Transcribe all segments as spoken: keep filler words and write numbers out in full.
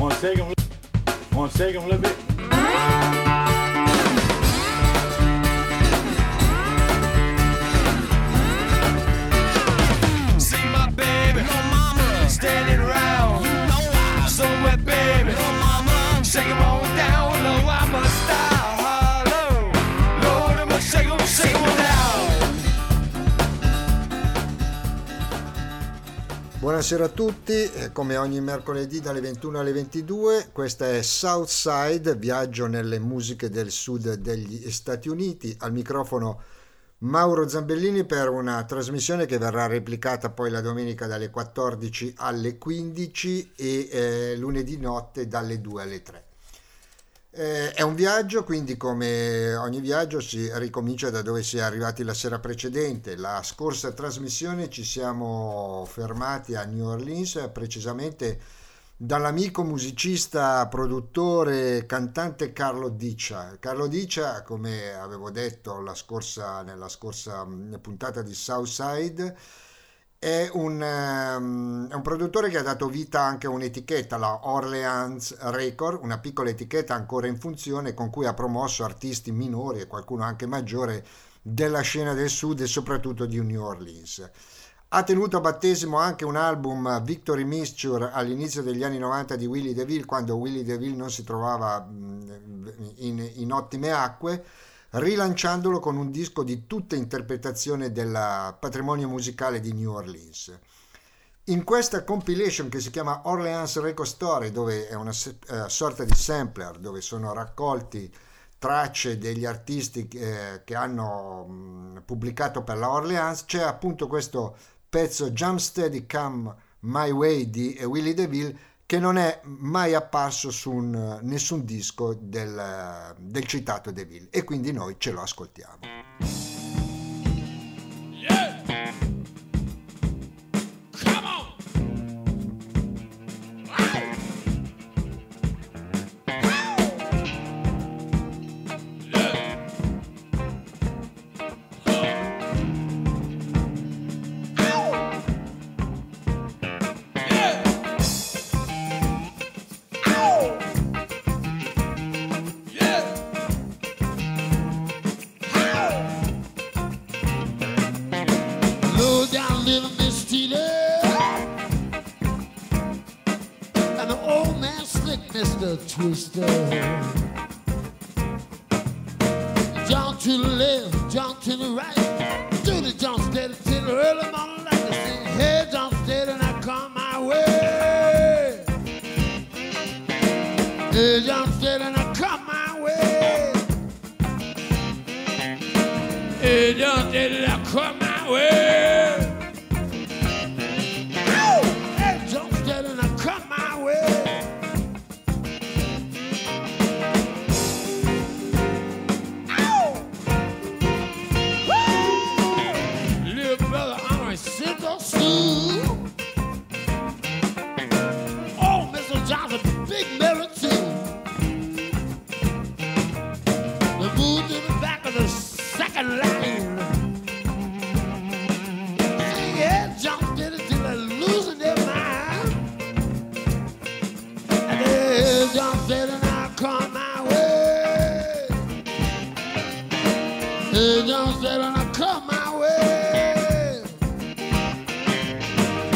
Want to take them? Want to take them a little bit? See my baby, no mama, standing around. You know I'm somewhere, baby, no mama, shake 'em on down. No, I'm a star, Lord, Lord, I'm a shake 'em, shake 'em down. Buonasera a tutti, eh, come ogni mercoledì dalle ventuno alle ventidue, questa è Southside, viaggio nelle musiche del sud degli Stati Uniti. Al microfono Mauro Zambellini per una trasmissione che verrà replicata poi la domenica dalle quattordici alle quindici e eh, lunedì notte dalle due alle tre. Eh, è un viaggio, quindi come ogni viaggio si ricomincia da dove si è arrivati la sera precedente. La scorsa trasmissione ci siamo fermati a New Orleans, precisamente dall'amico musicista, produttore, cantante Carlo Dicia. Carlo Dicia, come avevo detto la scorsa, nella scorsa puntata di Southside, è un, um, è un produttore che ha dato vita anche a un'etichetta, la Orleans Record, una piccola etichetta ancora in funzione con cui ha promosso artisti minori e qualcuno anche maggiore della scena del sud e soprattutto di New Orleans. Ha tenuto a battesimo anche un album, Victory Mixture, all'inizio degli anni novanta di Willie DeVille, quando Willie DeVille non si trovava in, in ottime acque, rilanciandolo con un disco di tutta interpretazione del patrimonio musicale di New Orleans. In questa compilation che si chiama Orleans Record Story, dove è una uh, sorta di sampler, dove sono raccolti tracce degli artisti eh, che hanno mh, pubblicato per la Orleans, c'è appunto questo pezzo Jump Steady Come My Way di Willie DeVille, che non è mai apparso su un, nessun disco del, del citato DeVille, e quindi noi ce lo ascoltiamo. Yeah. Come on. Wow. Mister Twister, jump to the left, jump to the right, do the jump steady till the early morning light. To sing, hey, jump steady, now come my way. Hey, jump steady, now come my way. Hey, jump steady, now come my way. Hey, jump steady, now come my way. Oh, Mister Johnson, big mirror too. We moved to the back of the second line. Sing it, jump did it till they're losing their mind. And they jump did it, now come my way. They jump did it, now come my way.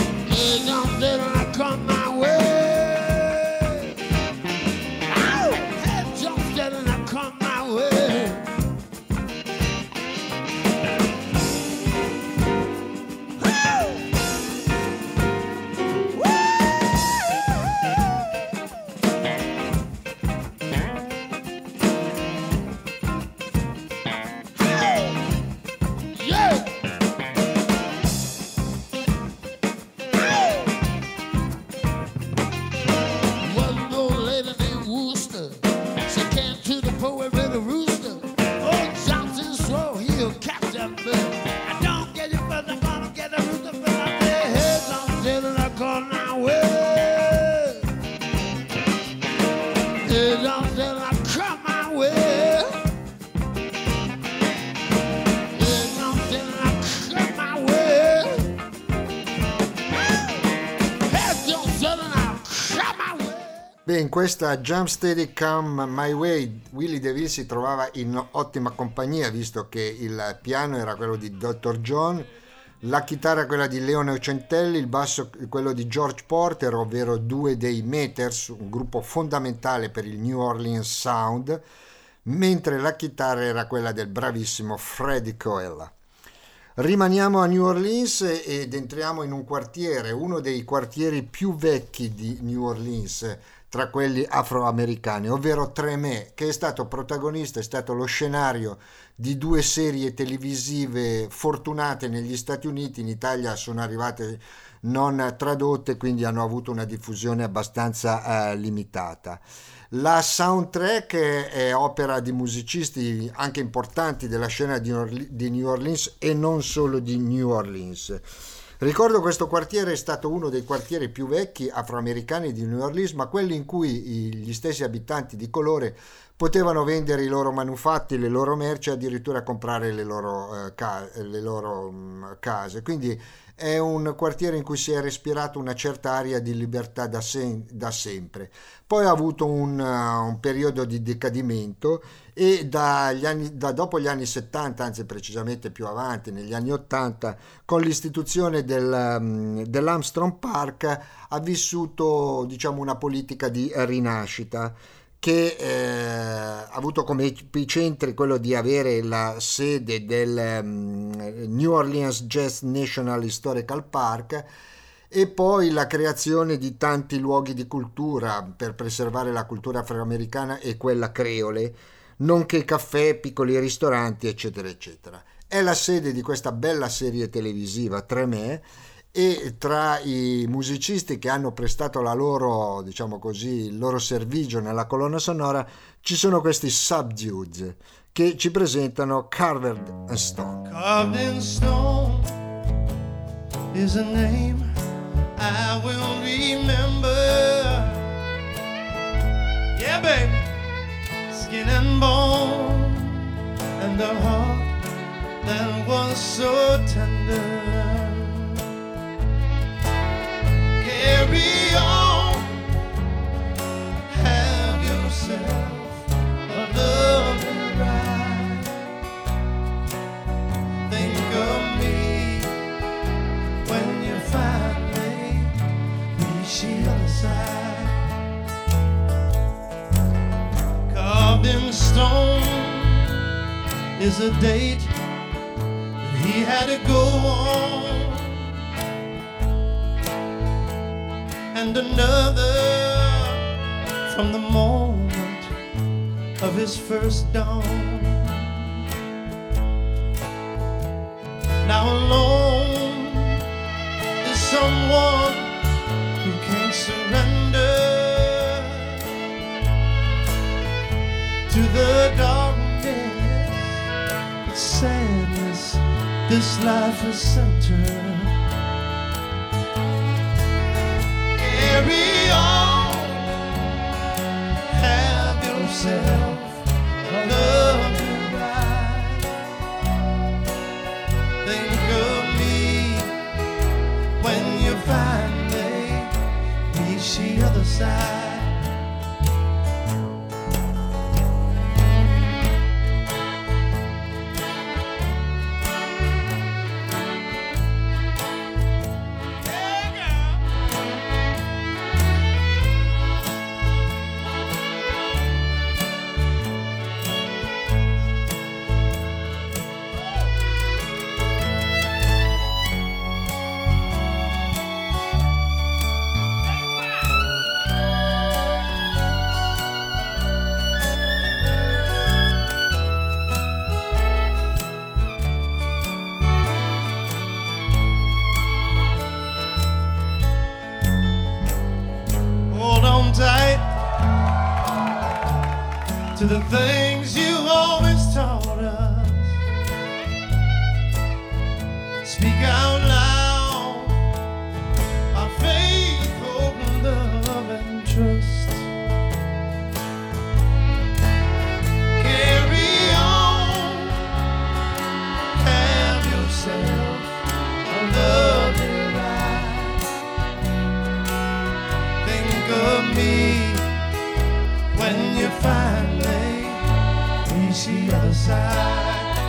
Beh, in questa Jump Steady Come My Way Willie DeVille si trovava in ottima compagnia, visto che il piano era quello di doctor John, la chitarra quella di Leone Ocentelli, il basso quello di George Porter, ovvero due dei Meters, un gruppo fondamentale per il New Orleans Sound, mentre la chitarra era quella del bravissimo Freddie Coella. Rimaniamo a New Orleans ed entriamo in un quartiere, uno dei quartieri più vecchi di New Orleans tra quelli afroamericani, ovvero Tremé, che è stato protagonista, è stato lo scenario di due serie televisive fortunate negli Stati Uniti. In Italia sono arrivate non tradotte, quindi hanno avuto una diffusione abbastanza eh, limitata. La soundtrack è opera di musicisti anche importanti della scena di, Orli- di New Orleans e non solo di New Orleans. Ricordo, questo quartiere è stato uno dei quartieri più vecchi afroamericani di New Orleans, ma quelli in cui gli stessi abitanti di colore potevano vendere i loro manufatti, le loro merci, addirittura comprare le loro, eh, ca- le loro um, case. Quindi è un quartiere in cui si è respirato una certa aria di libertà da, se- da sempre. Poi ha avuto un, uh, un periodo di decadimento e dagli anni, da dopo gli anni settanta, anzi precisamente più avanti, negli anni ottanta, con l'istituzione del, um, dell'Armstrong Park, ha vissuto, diciamo, una politica di rinascita che eh, ha avuto come epicentri quello di avere la sede del um, New Orleans Jazz National Historical Park e poi la creazione di tanti luoghi di cultura per preservare la cultura afroamericana e quella creole, nonché caffè, piccoli ristoranti, eccetera, eccetera. È la sede di questa bella serie televisiva Tremé, e tra i musicisti che hanno prestato la loro, diciamo così, il loro servigio nella colonna sonora ci sono questi Subdued che ci presentano Carved in Stone. Carved in stone is a name I will remember. Yeah, baby. Skin and bone and a heart that was so tender. Carry on, have yourself a lovely ride. Think of me when you finally reach the other side. Carved in stone is a date that he had to go on, and another from the moment of his first dawn. Now alone is someone who can't surrender to the darkness, but sadness this life has sent her. Carry on, have yourself a lovely ride. Think of me when you finally reach the other side. To the things you always taught us. Speak out loud our faith, hope, love, and trust. Carry on, have yourself a lovely ride. Think of me when you finally reach the other side.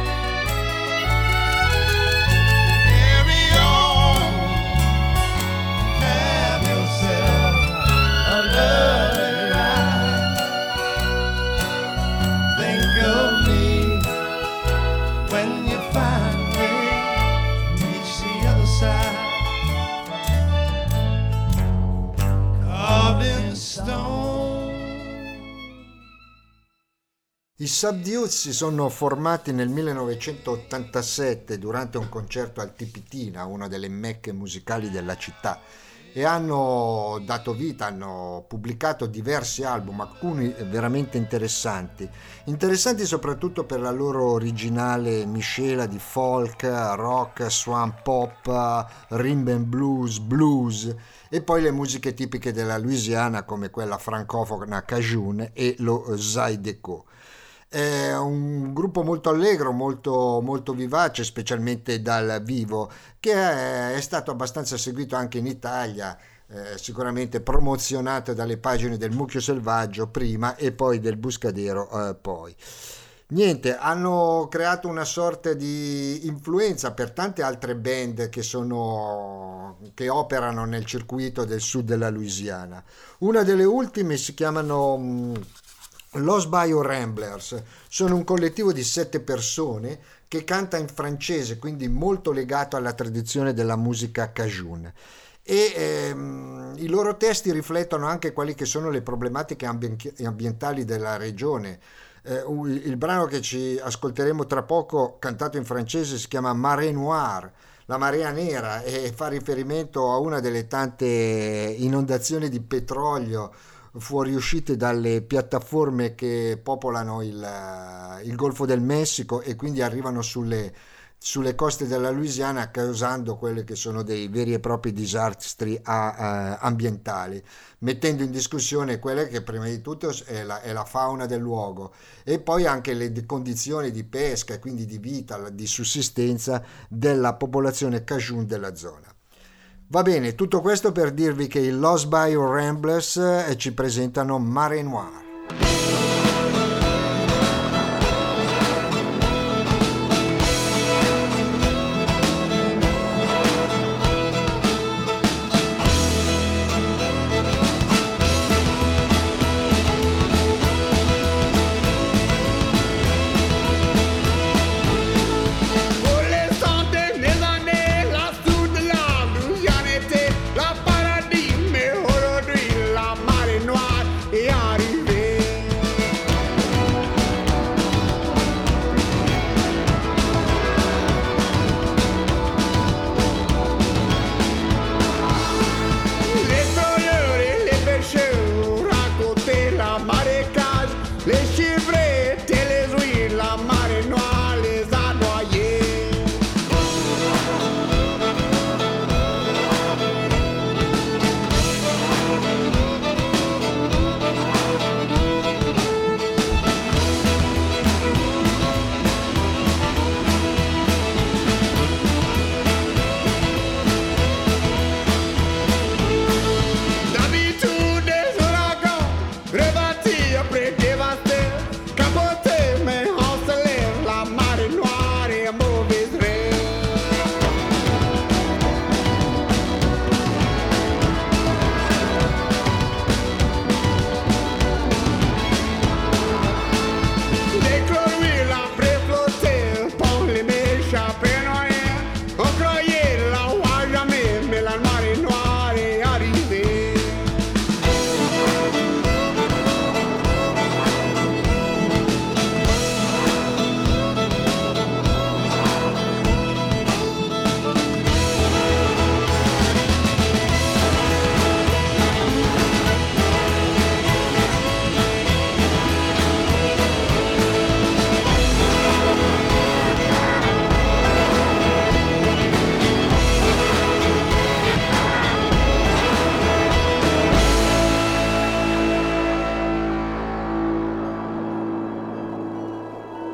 Carry on, have yourself a lovely ride. Think of me when you finally reach the other side. Carved in stone. I Subdues si sono formati nel millenovecentottantasette durante un concerto al Tipitina, una delle mecche musicali della città, e hanno dato vita, hanno pubblicato diversi album, alcuni veramente interessanti, interessanti soprattutto per la loro originale miscela di folk, rock, swamp pop, rhythm and blues, blues e poi le musiche tipiche della Louisiana come quella francofona Cajun e lo Zydeco. È un gruppo molto allegro, molto, molto vivace, specialmente dal vivo, che è, è stato abbastanza seguito anche in Italia, eh, sicuramente promozionato dalle pagine del Mucchio Selvaggio prima e poi del Buscadero eh, poi. Niente, hanno creato una sorta di influenza per tante altre band che sono che operano nel circuito del sud della Louisiana. Una delle ultime si chiamano mh, Los Bayou Ramblers, sono un collettivo di sette persone che canta in francese, quindi molto legato alla tradizione della musica cajun. E ehm, i loro testi riflettono anche quali che sono le problematiche ambientali della regione. Eh, il brano che ci ascolteremo tra poco, cantato in francese, si chiama Marée Noire, la marea nera, e fa riferimento a una delle tante inondazioni di petrolio fuoriuscite dalle piattaforme che popolano il, il Golfo del Messico e quindi arrivano sulle, sulle coste della Louisiana, causando quelli che sono dei veri e propri disastri a, a, ambientali, mettendo in discussione quelle che prima di tutto è la, è la fauna del luogo e poi anche le condizioni di pesca e quindi di vita, di sussistenza della popolazione cajun della zona. Va bene, tutto questo per dirvi che i Los Bayou Ramblers eh, ci presentano Marée Noire.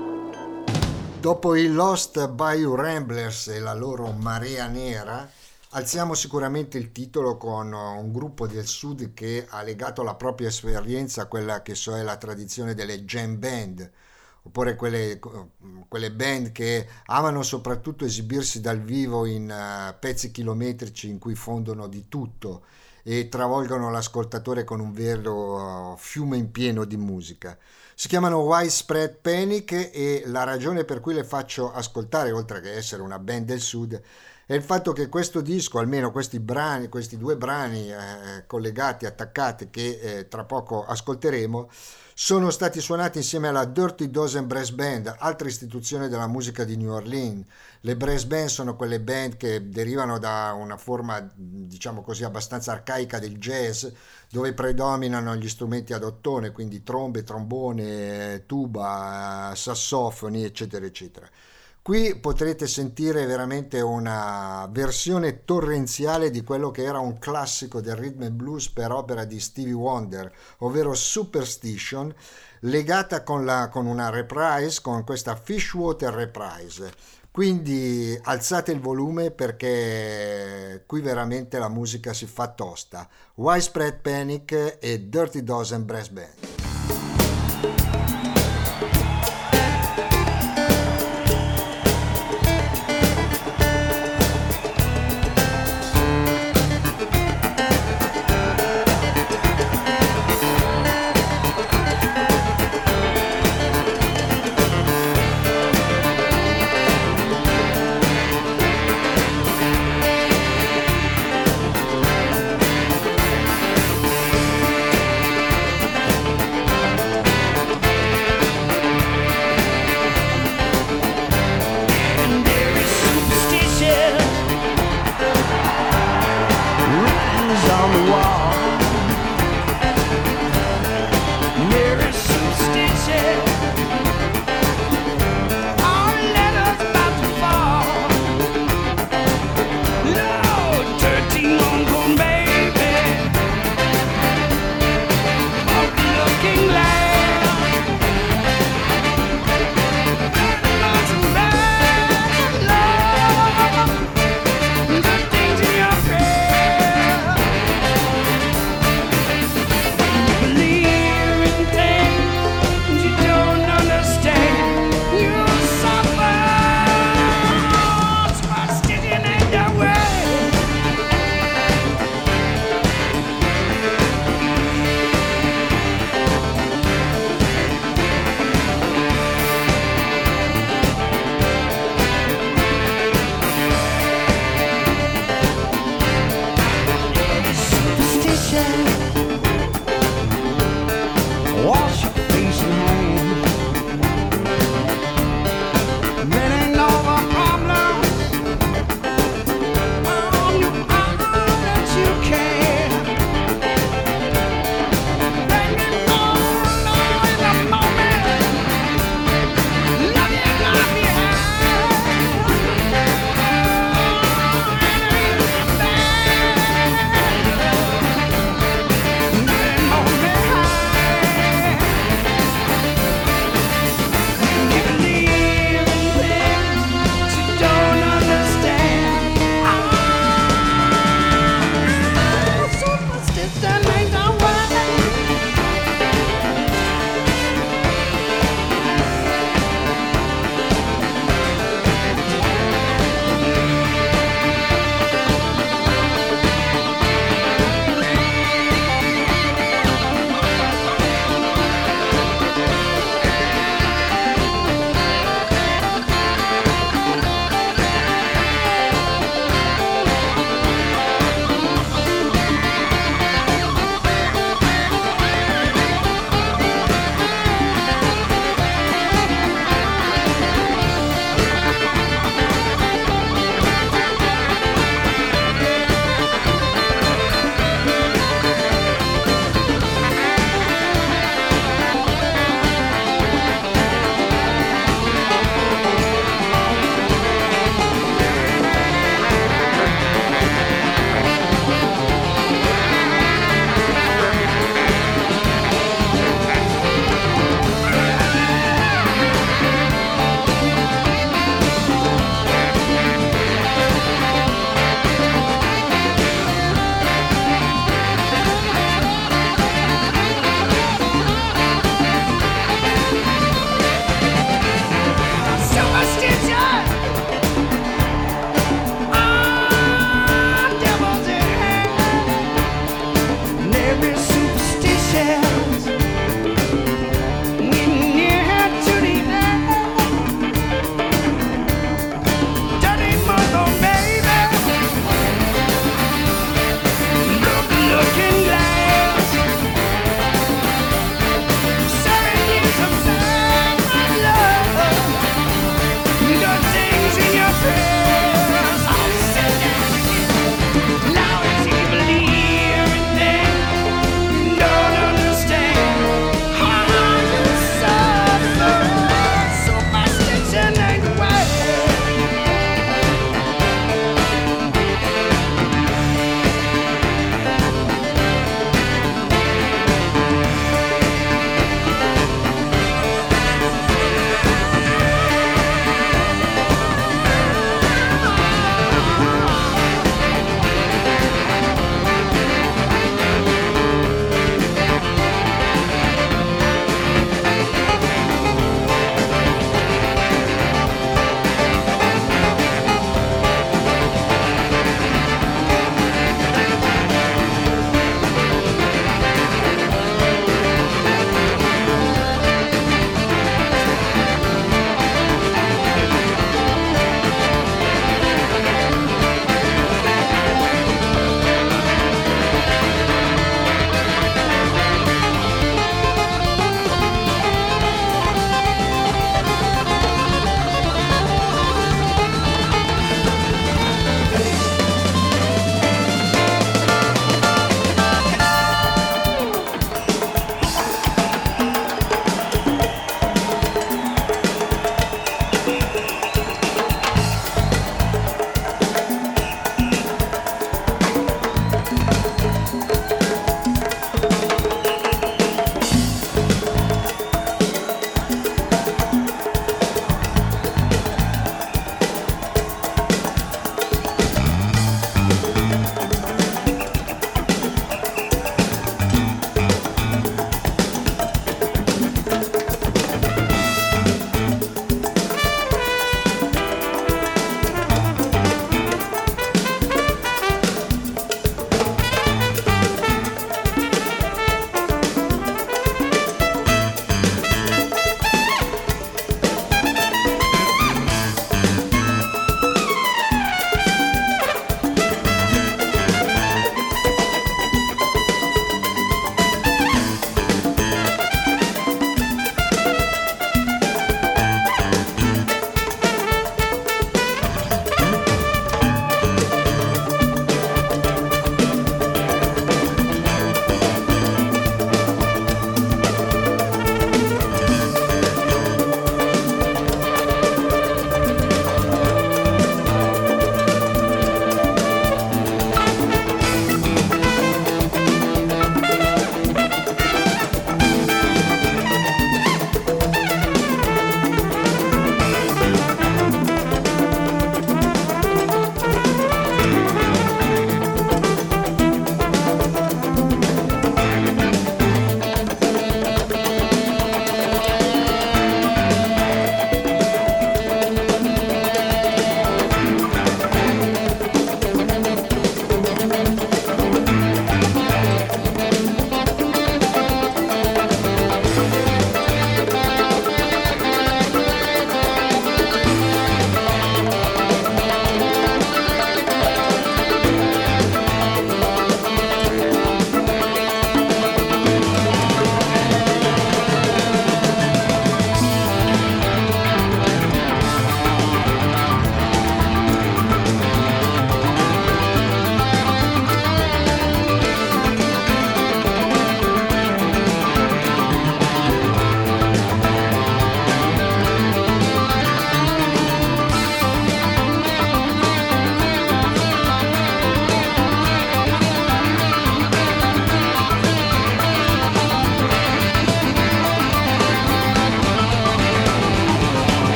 Dopo i Lost Bayou Ramblers e la loro Marea Nera, Alziamo sicuramente il titolo con un gruppo del sud che ha legato la propria esperienza a quella che so è la tradizione delle jam band, oppure quelle, quelle band che amano soprattutto esibirsi dal vivo in uh, pezzi chilometrici in cui fondono di tutto e travolgono l'ascoltatore con un vero uh, fiume in pieno di musica. Si chiamano Widespread Panic e la ragione per cui le faccio ascoltare, oltre che essere una band del sud, è il fatto che questo disco, almeno questi brani, questi due brani eh, collegati, attaccati, che eh, tra poco ascolteremo, sono stati suonati insieme alla Dirty Dozen Brass Band, altra istituzione della musica di New Orleans. Le brass band sono quelle band che derivano da una forma, diciamo così, abbastanza arcaica del jazz, dove predominano gli strumenti ad ottone, quindi trombe, trombone, tuba, sassofoni, eccetera, eccetera. Qui potrete sentire veramente una versione torrenziale di quello che era un classico del rhythm and blues per opera di Stevie Wonder, ovvero Superstition, legata con, la, con una reprise, con questa Fishwater reprise. Quindi alzate il volume perché qui veramente la musica si fa tosta. Widespread Panic e Dirty Dozen Brass Band.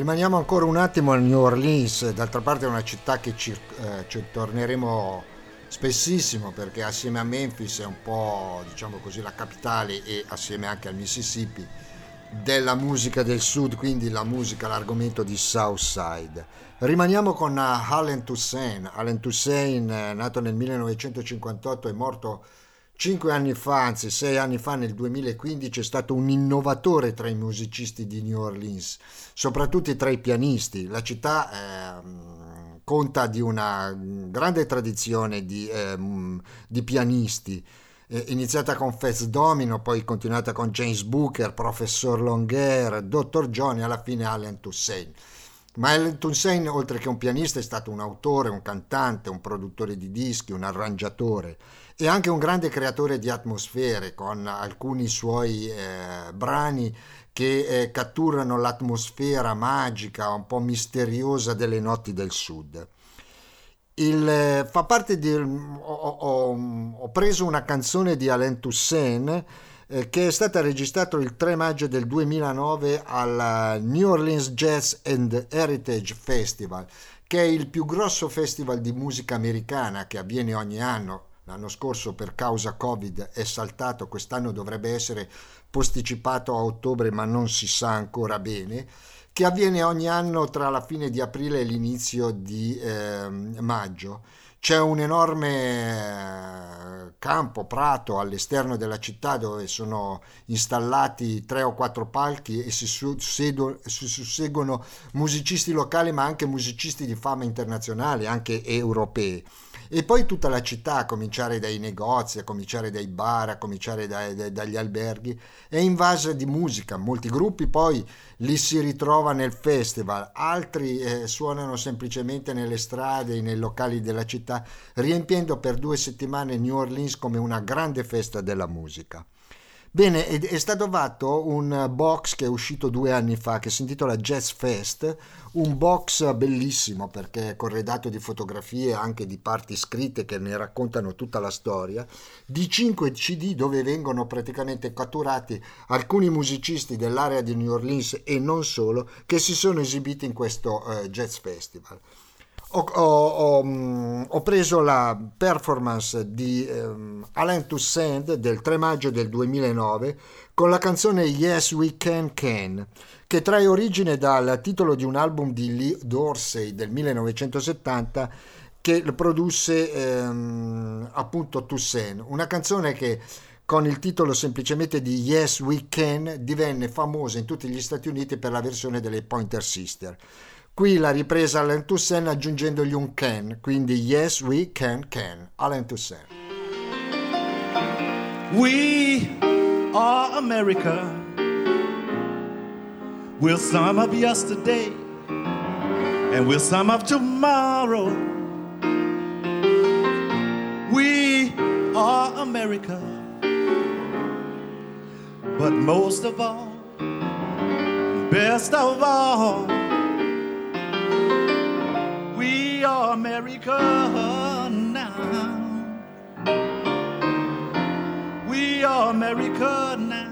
Rimaniamo ancora un attimo a New Orleans, d'altra parte è una città che ci, eh, ci torneremo spessissimo, perché assieme a Memphis è un po', diciamo così, la capitale, e assieme anche al Mississippi, della musica del sud, quindi la musica, l'argomento di Southside. Rimaniamo con Allen Toussaint. Allen Toussaint, eh, nato nel millenovecentocinquantotto, è morto cinque anni fa, anzi sei anni fa, nel duemilaquindici. È stato un innovatore tra i musicisti di New Orleans, soprattutto tra i pianisti. La città eh, conta di una grande tradizione di, eh, di pianisti, eh, iniziata con Fats Domino, poi continuata con James Booker, Professor Longueur, dottor John e alla fine Allen Toussaint. Ma Allen Toussaint, oltre che un pianista, è stato un autore, un cantante, un produttore di dischi, un arrangiatore e anche un grande creatore di atmosfere, con alcuni suoi eh, brani che eh, catturano l'atmosfera magica, un po' misteriosa delle notti del sud. Il, eh, fa parte di... Ho, ho, ho preso una canzone di Allen Toussaint eh, che è stata registrata il tre maggio del duemilanove al New Orleans Jazz and Heritage Festival, che è il più grosso festival di musica americana che avviene ogni anno. L'anno scorso per causa Covid è saltato, quest'anno dovrebbe essere posticipato a ottobre, ma non si sa ancora bene, che avviene ogni anno tra la fine di aprile e l'inizio di eh, maggio. C'è un enorme campo, prato all'esterno della città, dove sono installati tre o quattro palchi e si susseguono musicisti locali, ma anche musicisti di fama internazionale, anche europei. E poi tutta la città, a cominciare dai negozi, a cominciare dai bar, a cominciare dai, dai, dagli alberghi, è invasa di musica. Molti gruppi poi li si ritrova nel festival, altri eh, suonano semplicemente nelle strade, nei locali della città, riempiendo per due settimane New Orleans come una grande festa della musica. Bene, è stato fatto un box che è uscito due anni fa, che si intitola Jazz Fest, un box bellissimo perché è corredato di fotografie, anche di parti scritte che ne raccontano tutta la storia, di cinque C D dove vengono praticamente catturati alcuni musicisti dell'area di New Orleans e non solo, che si sono esibiti in questo uh, Jazz Festival. Ho, ho, ho, ho preso la performance di um, Allen Toussaint del tre maggio del duemilanove con la canzone Yes We Can Can, che trae origine dal titolo di un album di Lee Dorsey del millenovecentosettanta che produsse um, appunto Toussaint, una canzone che con il titolo semplicemente di Yes We Can divenne famosa in tutti gli Stati Uniti per la versione delle Pointer Sister. Qui la ripresa Allen Toussaint aggiungendogli un can, quindi Yes We Can Can, Allen Toussaint. We are America. We'll sum up yesterday and we'll sum up tomorrow. We are America. But most of all, best of all, we are America now. We are America now.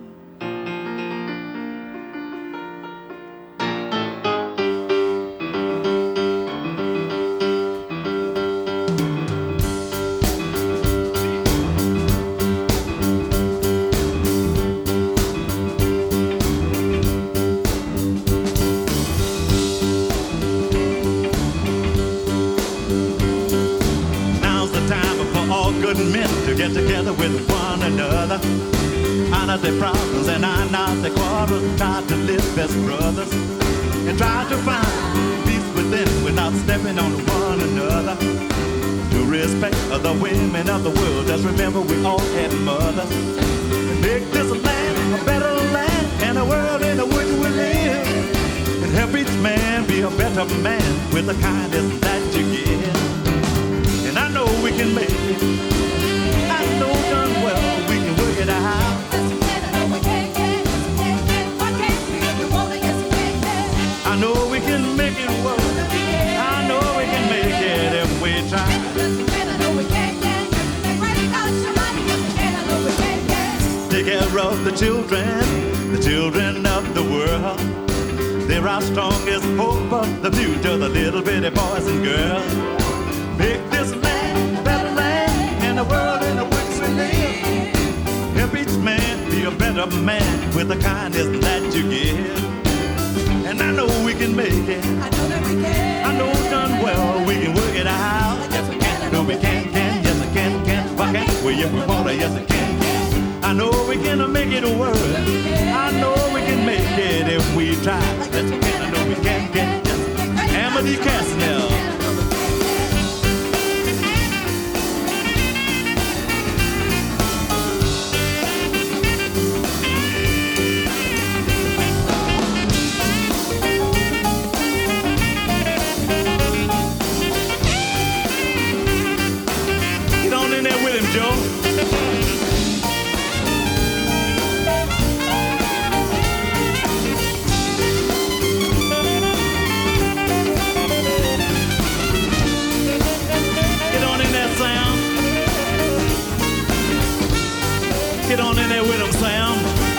Men to get together with one another, honor their problems and iron out their quarrels, try to live as brothers and try to find peace within without stepping on one another. To respect the women of the world, just remember we all had mothers. Make this land a better land and a world in which we live, and help each man be a better man with the kindness that you give. And I know we can make it. I know done well we can work it out. I know we can make it work. I know we can make it if we try. Take care of the children, the children of the world. They're our strongest hope of the future, the little bitty boys and girls. Make this land a better land, and the world in which we live. Help each man be a better man with the kindness that you give. And I know we can make it. I know that we can. I know done well we can work it out. Yes, we can. I know we can, can. Yes, I can, can. Why can't we if we want to? Yes, I can, can. I know we can make it work. I know we can make it if we try. Yes, we can. I know we can, can. Yes. Amity Casnell. Get on in there with him, Sam.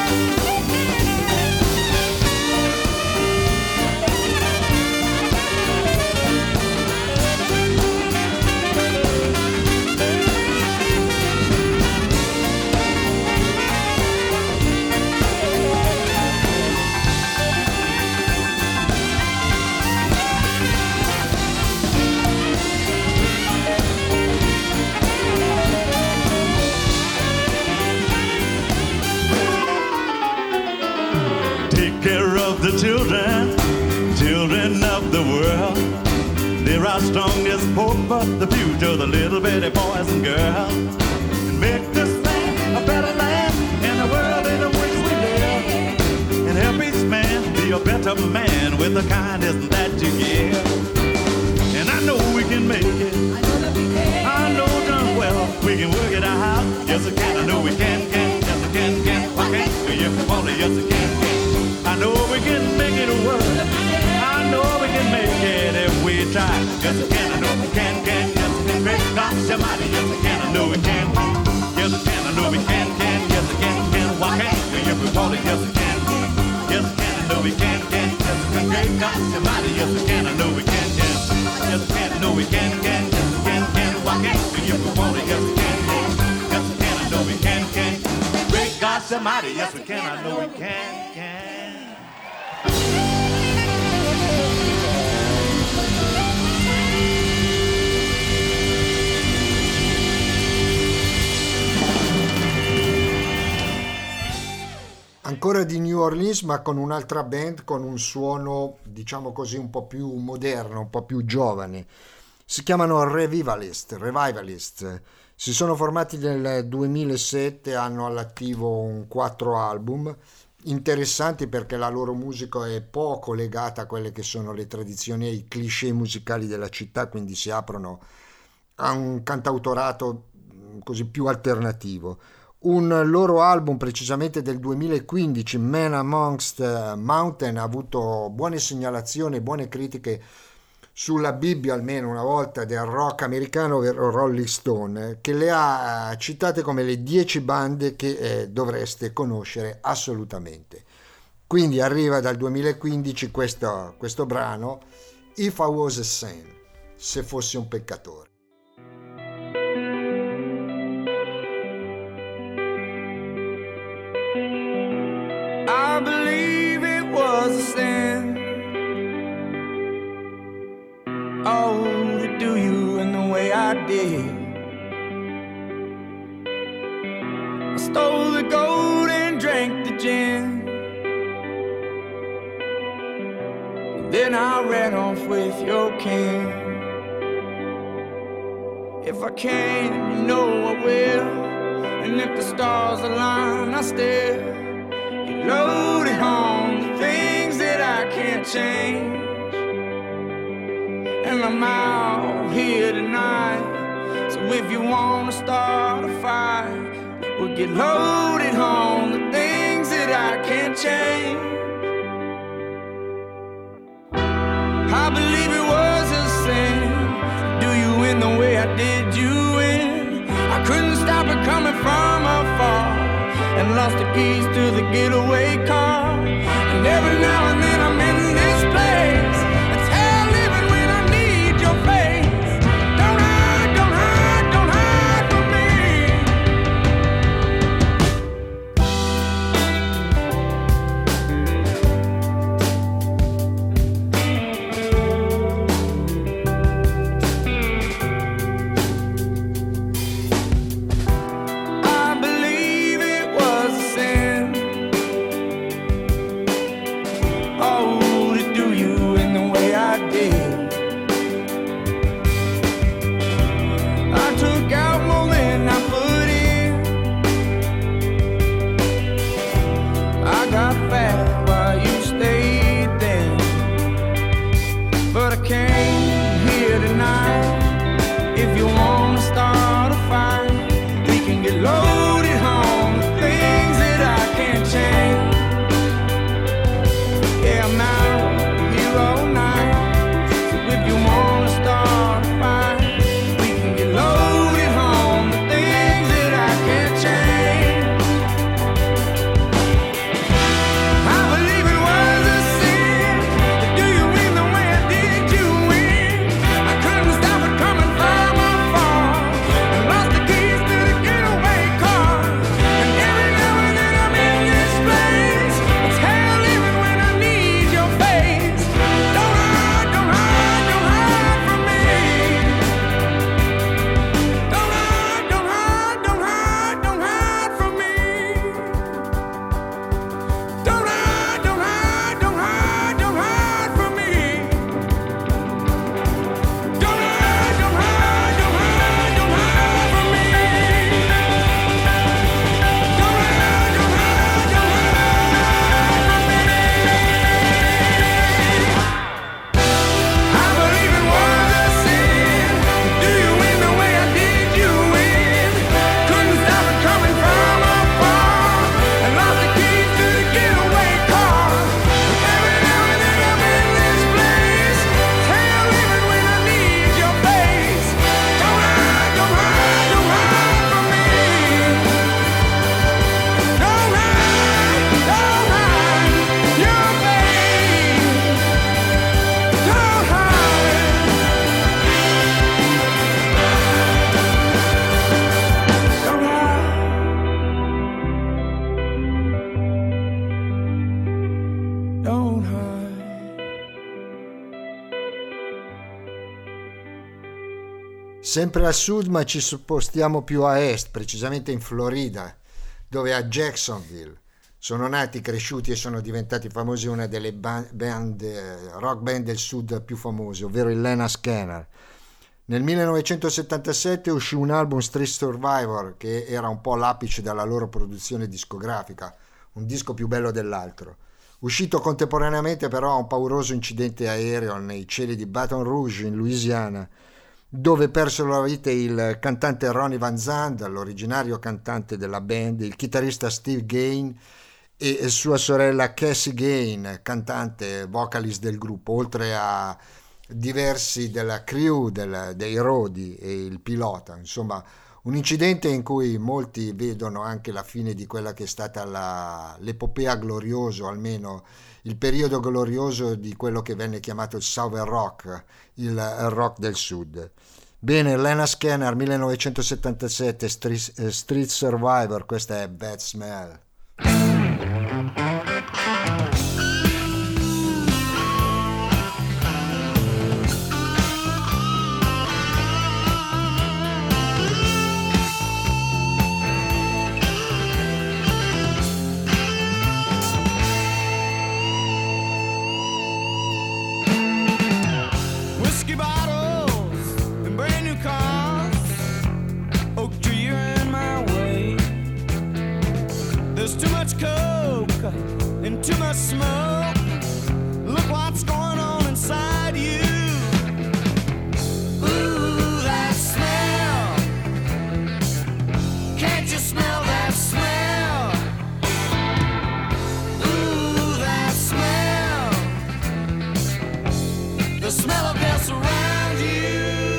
The children, children of the world, they're our strongest hope of the future, the little bitty boys and girls. And make this land a better land, and the world in which we live. And help each man be a better man with the kindness that you give. And I know we can make it. I know that we can. I know done well we can work it out. Yes, I can. I know we can, can. Yes, I can, can. Why can't we if we want to? Yes, I can, can. I know we can make it work. I know we can make it if we try. Yes, I can. I know we can, can. Yes, I can. Great God Almighty. Yes, I can. I know we can. Yes, I can. I know we can, can. Yes, I can, can. Why can't we if we want it? Yes, I can. Yes, I can. I know we can, can. Yes, I can. Great God Almighty. Yes, I can. I know we can, can. Yes, I can. I know we can, can. Yes, I can, can. Why can't we if we want it? Yes, I can, can. Yes, I can. I know we can, can. Great God Almighty. Yes, we can. I know we can, can. Ancora di New Orleans, ma con un'altra band con un suono, diciamo così, un po' più moderno, un po' più giovane. Si chiamano Revivalist, Revivalist. Si sono formati nel duemilasette, hanno all'attivo un quattro album interessanti perché la loro musica è poco legata a quelle che sono le tradizioni e i cliché musicali della città, quindi si aprono a un cantautorato così più alternativo. Un loro album precisamente del duemilaquindici, Man Amongst Mountain, ha avuto buone segnalazioni, buone critiche sulla Bibbia almeno una volta del rock americano, ovvero Rolling Stone, che le ha citate come le dieci bande che eh, dovreste conoscere assolutamente. Quindi arriva dal duemilaquindici questo, questo brano, If I Was a Sin, se fossi un peccatore. I believe it was a sin. Oh, to do you in the way I did. I stole the gold and drank the gin. Then I ran off with your king. If I can, you know I will. And if the stars align, I still get loaded on the things that I can't change. And I'm out here tonight, so if you wanna start a fight, we'll get loaded on the things that I can't change. I believe it was a sin, do you in the way I did you in. I couldn't stop it coming from afar, and lost the keys to the getaway car. And every now and then I'm in there Sempre al sud, ma ci spostiamo più a est, precisamente in Florida, dove a Jacksonville sono nati, cresciuti e sono diventati famosi una delle band, rock band del sud più famose, ovvero il Lynyrd Skynyrd. Nel millenovecentosettantasette uscì un album, Street Survivor, che era un po' l'apice della loro produzione discografica, un disco più bello dell'altro. Uscito contemporaneamente però a un pauroso incidente aereo nei cieli di Baton Rouge in Louisiana, dove persero la vita il cantante Ronnie Van Zant, l'originario cantante della band, il chitarrista Steve Gain e sua sorella Cassie Gain, cantante vocalist del gruppo, oltre a diversi della crew del, dei Rodi e il pilota. Insomma, un incidente in cui molti vedono anche la fine di quella che è stata la, l'epopea gloriosa, o almeno il periodo glorioso di quello che venne chiamato il Southern Rock, il rock del sud. Bene, Lynyrd Skynyrd, millenovecentosettantasette, Street, Street Survivor, questa è Bad Smell. Whiskey bottles and brand new cars, oak tree, you're in my way. There's too much coke and too much smoke. Look what's going on inside you. Ooh, that smell. Can't you smell that smell? Ooh, that smell. The smell of death around you.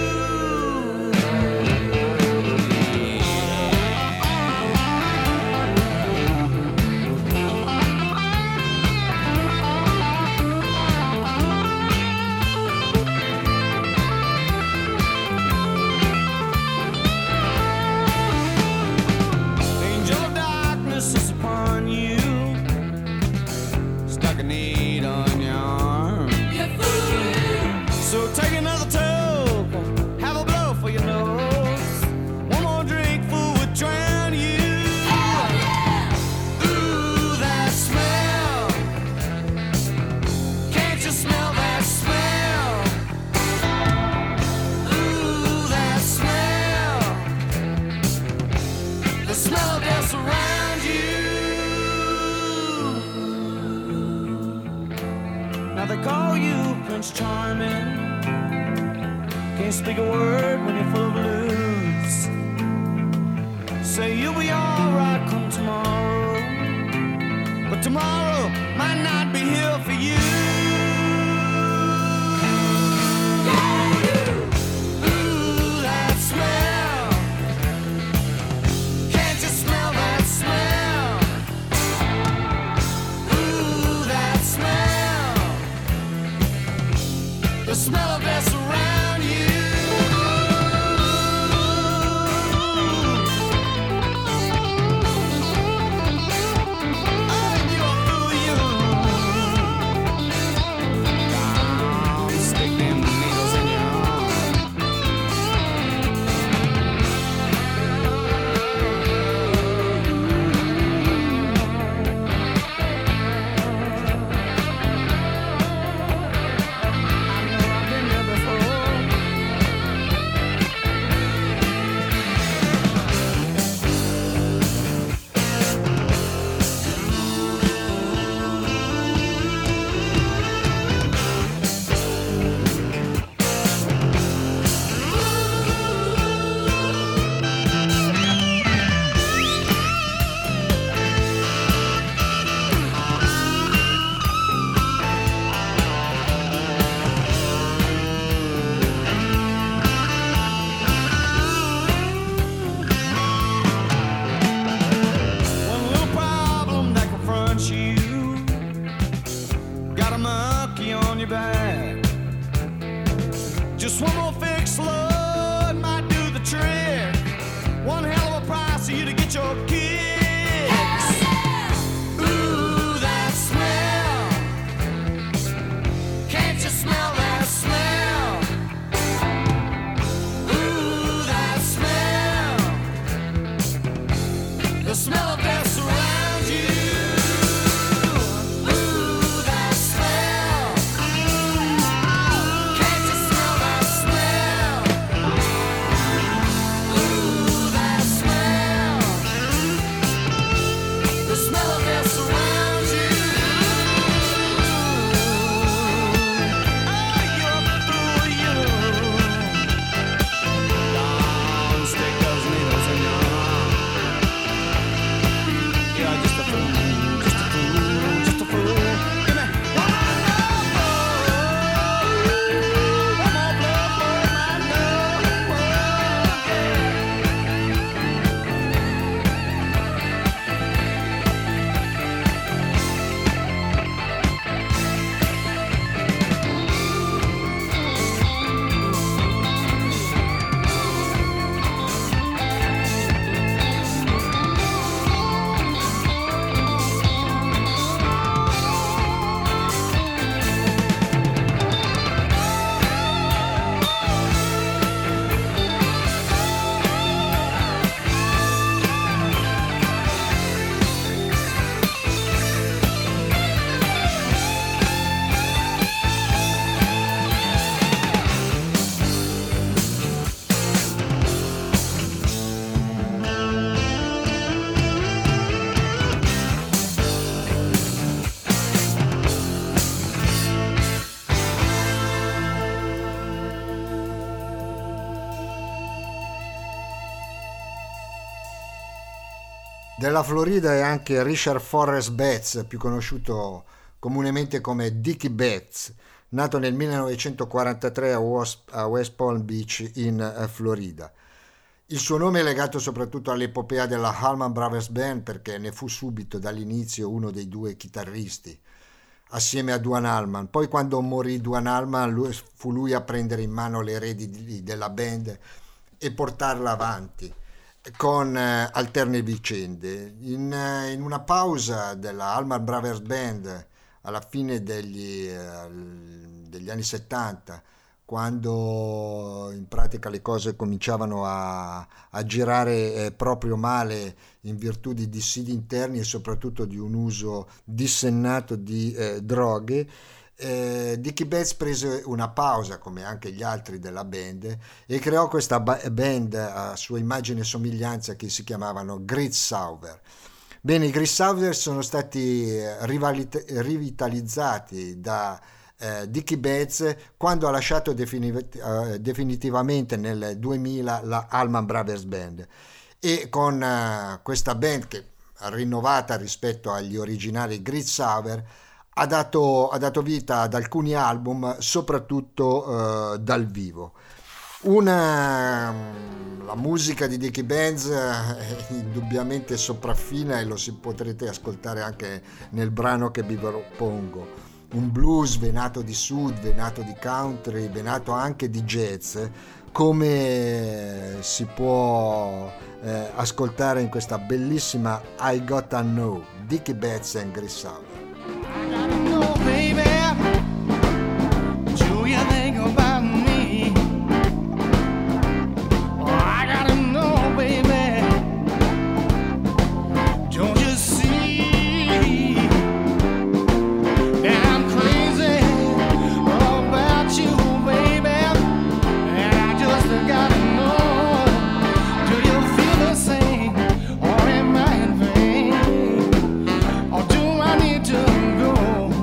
Angel of darkness is upon you. Stuck a need on your arm. So take another toke, have a blow for your nose. One more drink, fool, would drown you. Ooh, that smell. Can't you smell that smell? Ooh, that smell. The smell of death around you. Now they call you Prince Charming. Can't speak a word when you're full of blues. Say you'll be alright come tomorrow, but tomorrow might not be here for you. Ooh, that smell. Can't you smell that smell? Ooh, that smell. The smell of death around you. Oh, you are fool, you. Down, stick them needles in your arm. I know I've been there before. One little problem that confronts you. Got a monkey on your back. Just one more fix, Lord, might do the trick. One hell of a price for you to get your kicks. Ooh, that smell. Can't you smell that smell? Ooh, Della Florida è anche Richard Forrest Betts, più conosciuto comunemente come Dickie Betts, nato nel millenovecentoquarantatré a West, a West Palm Beach in Florida. Il suo nome è legato soprattutto all'epopea della Allman Brothers Band, perché ne fu subito dall'inizio uno dei due chitarristi, assieme a Duane Allman. Poi quando morì Duane Allman lui, fu lui a prendere in mano le redini della band e portarla avanti con eh, alterne vicende. In, eh, in una pausa della Allman Brothers Band alla fine degli, eh, degli anni settanta, quando in pratica le cose cominciavano a, a girare eh, proprio male in virtù di dissidi interni e soprattutto di un uso dissennato di eh, droghe, eh, Dickie Betts prese una pausa, come anche gli altri della band, e creò questa ba- band a sua immagine e somiglianza che si chiamavano Great Southern. Bene, i Great Southern sono stati rivalit- rivitalizzati da eh, Dickie Betts quando ha lasciato defini- uh, definitivamente nel duemila la Allman Brothers Band, e con uh, questa band che rinnovata rispetto agli originali Great Southern ha dato, ha dato vita ad alcuni album, soprattutto uh, dal vivo. Una, la musica di Dickie Betts è indubbiamente sopraffina e lo si potrete ascoltare anche nel brano che vi propongo. Un blues venato di sud, venato di country, venato anche di jazz, come si può eh, ascoltare in questa bellissima I Gotta Know, Dickie Betts and Great Southern. I gotta know, baby, do you think about me? Oh, I gotta know, baby, don't you see that I'm crazy about you, baby? And I just gotta know, do you feel the same, or am I in vain? Or do I need to go?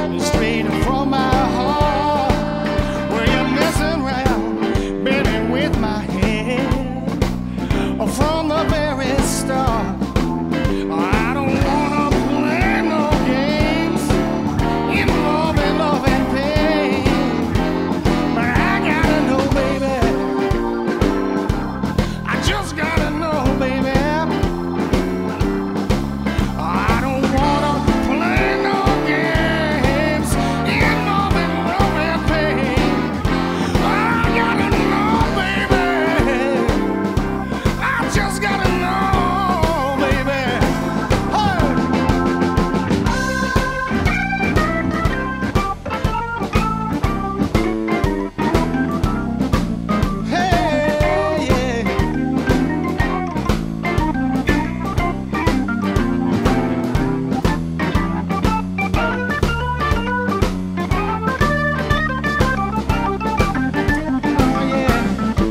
coming straight from my heart. Were you messing around, baby, with my head? From the very start, I don't wanna play no games involving love and pain, but I gotta know, baby, I just gotta know, baby, I don't wanna play no games involving love and pain. I gotta know, baby, I just gotta know, baby. Hey, hey, yeah. Oh, yeah.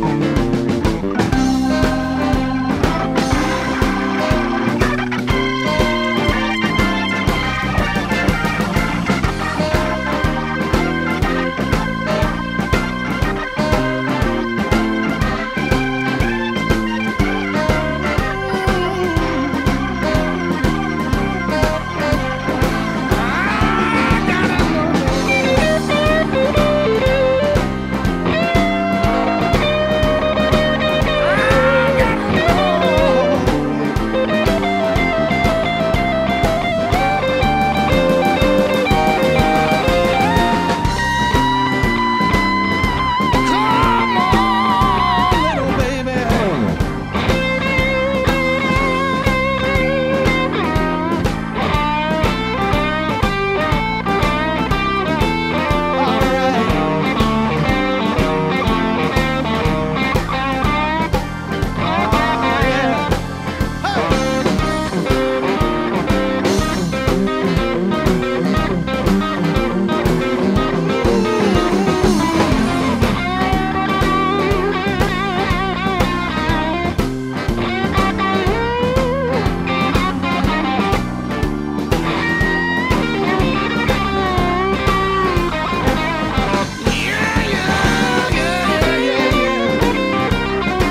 Come on, little baby. All right. Oh, yeah. Yeah, yeah, yeah, yeah, yeah.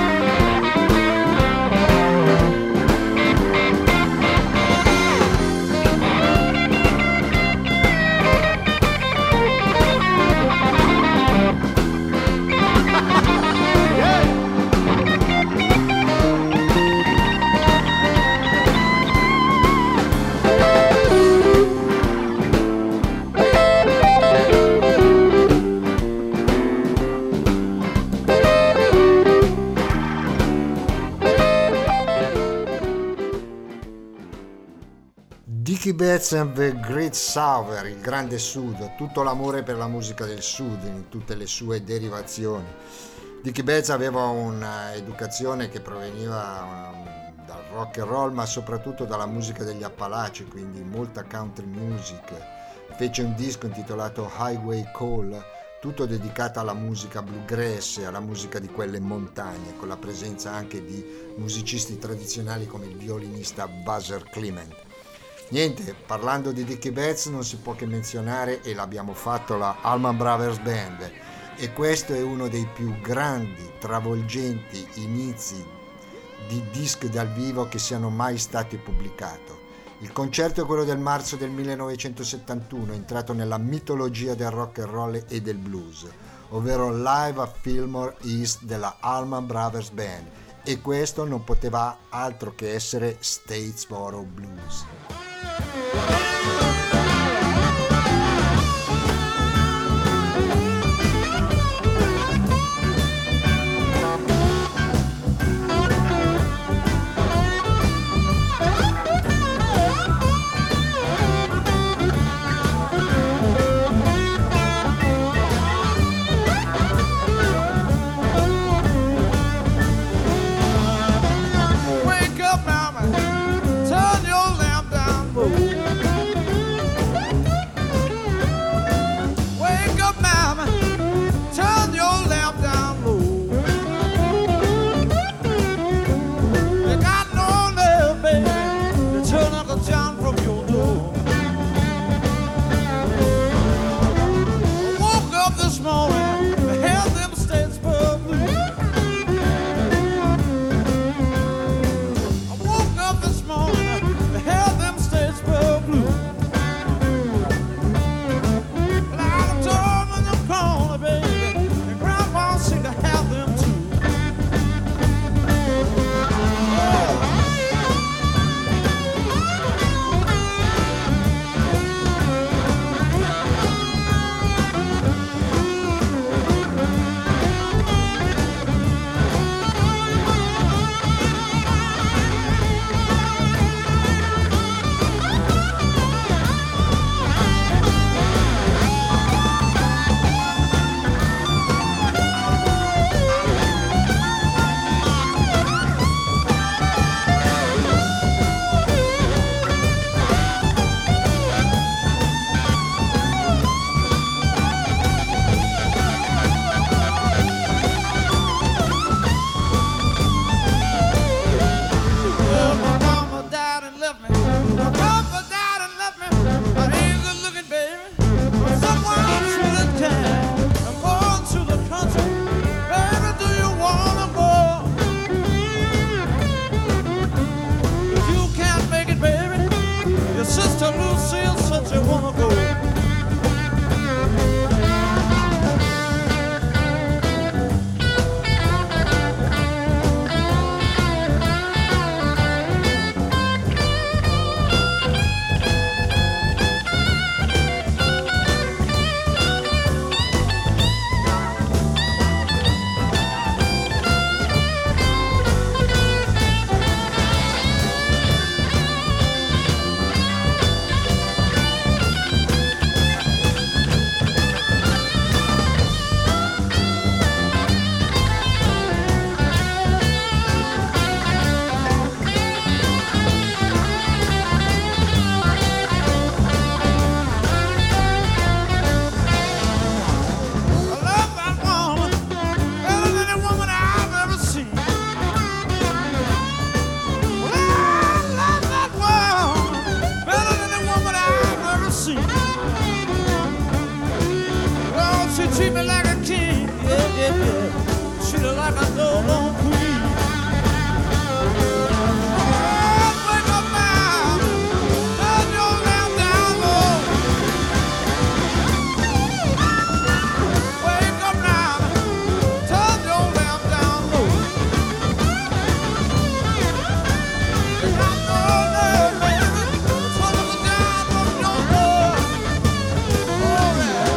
Dickie Betts and the Great South, il grande sud, tutto l'amore per la musica del sud in tutte le sue derivazioni. Dickie Betts aveva un'educazione che proveniva um, dal rock and roll, ma soprattutto dalla musica degli Appalachi, quindi molta country music. Fece un disco intitolato Highway Call, tutto dedicato alla musica bluegrass e alla musica di quelle montagne, con la presenza anche di musicisti tradizionali come il violinista Buzzer Clement. Niente, parlando di Dickie Betts non si può che menzionare, e l'abbiamo fatto, la Allman Brothers Band, e questo è uno dei più grandi, travolgenti inizi di disc dal vivo che siano mai stati pubblicati. Il concerto è quello del marzo del millenovecentosettantuno, entrato nella mitologia del rock and roll e del blues, ovvero Live a Fillmore East della Allman Brothers Band, e questo non poteva altro che essere Statesboro Blues. Wake up now, man. Turn your lamp down. treat me like a king, yeah, yeah, yeah. Treat her like a no-born queen. Oh, wake up now, turn your lamp down low. Wake up now, turn your lamp down low. And I know that, baby, trouble the down from your love. Oh, yeah.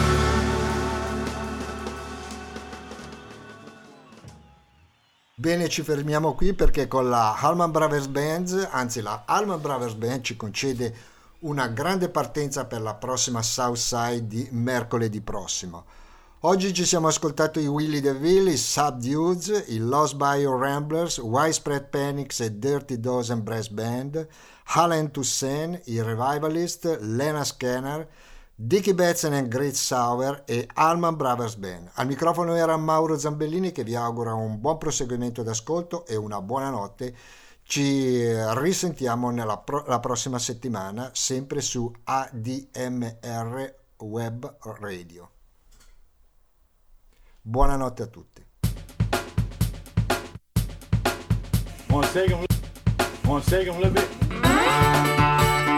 Bene, ci fermiamo qui perché con la Allman Brothers Band, anzi la Allman Brothers Band ci concede una grande partenza per la prossima Southside di mercoledì prossimo. Oggi ci siamo ascoltati i Willie DeVille, i Subdueds, i Lost Bayou Ramblers, Widespread Panics e Dirty Dozen Brass Band, Alan Toussaint, i Revivalist, Lena Scanner, Dickie Betson and Great Sauer e Allman Brothers Band. Al microfono era Mauro Zambellini che vi augura un buon proseguimento d'ascolto e una buona notte. Ci risentiamo nella pro- la prossima settimana sempre su A D M R Web Radio. Buonanotte a tutti. Want to shake 'em? Want to shake 'em a little bit?